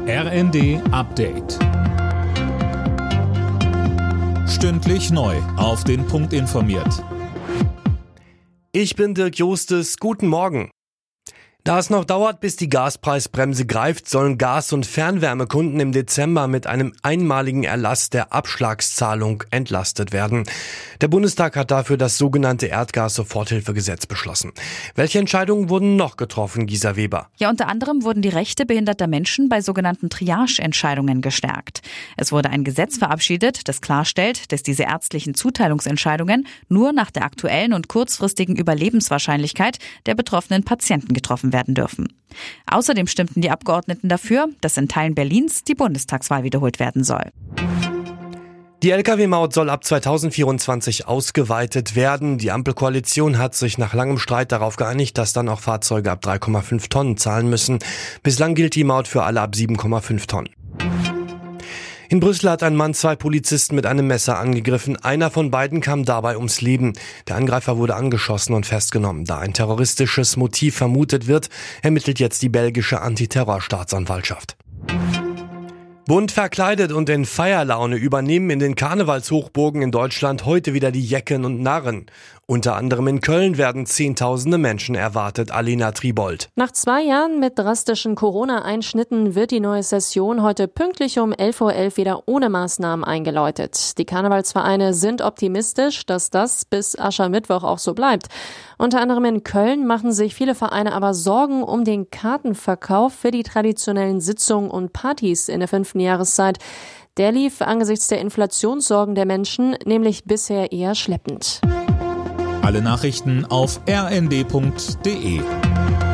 RND Update. Stündlich neu auf den Punkt informiert. Ich bin Dirk Jostes, guten Morgen. Da es noch dauert, bis die Gaspreisbremse greift, sollen Gas- und Fernwärmekunden im Dezember mit einem einmaligen Erlass der Abschlagszahlung entlastet werden. Der Bundestag hat dafür das sogenannte Erdgas-Soforthilfegesetz beschlossen. Welche Entscheidungen wurden noch getroffen, Gisa Weber? Ja, unter anderem wurden die Rechte behinderter Menschen bei sogenannten Triage-Entscheidungen gestärkt. Es wurde ein Gesetz verabschiedet, das klarstellt, dass diese ärztlichen Zuteilungsentscheidungen nur nach der aktuellen und kurzfristigen Überlebenswahrscheinlichkeit der betroffenen Patienten getroffen werden dürfen. Außerdem stimmten die Abgeordneten dafür, dass in Teilen Berlins die Bundestagswahl wiederholt werden soll. Die Lkw-Maut soll ab 2024 ausgeweitet werden. Die Ampelkoalition hat sich nach langem Streit darauf geeinigt, dass dann auch Fahrzeuge ab 3,5 Tonnen zahlen müssen. Bislang gilt die Maut für alle ab 7,5 Tonnen. In Brüssel hat ein Mann 2 Polizisten mit einem Messer angegriffen. Einer von beiden kam dabei ums Leben. Der Angreifer wurde angeschossen und festgenommen. Da ein terroristisches Motiv vermutet wird, ermittelt jetzt die belgische Antiterrorstaatsanwaltschaft. Bunt verkleidet und in Feierlaune übernehmen in den Karnevalshochburgen in Deutschland heute wieder die Jecken und Narren. Unter anderem in Köln werden Zehntausende Menschen erwartet, Alena Tribold. Nach 2 Jahren mit drastischen Corona-Einschnitten wird die neue Session heute pünktlich um 11:11 Uhr wieder ohne Maßnahmen eingeläutet. Die Karnevalsvereine sind optimistisch, dass das bis Aschermittwoch auch so bleibt. Unter anderem in Köln machen sich viele Vereine aber Sorgen um den Kartenverkauf für die traditionellen Sitzungen und Partys in der 5. Jahreszeit. Der lief angesichts der Inflationssorgen der Menschen nämlich bisher eher schleppend. Alle Nachrichten auf rnd.de.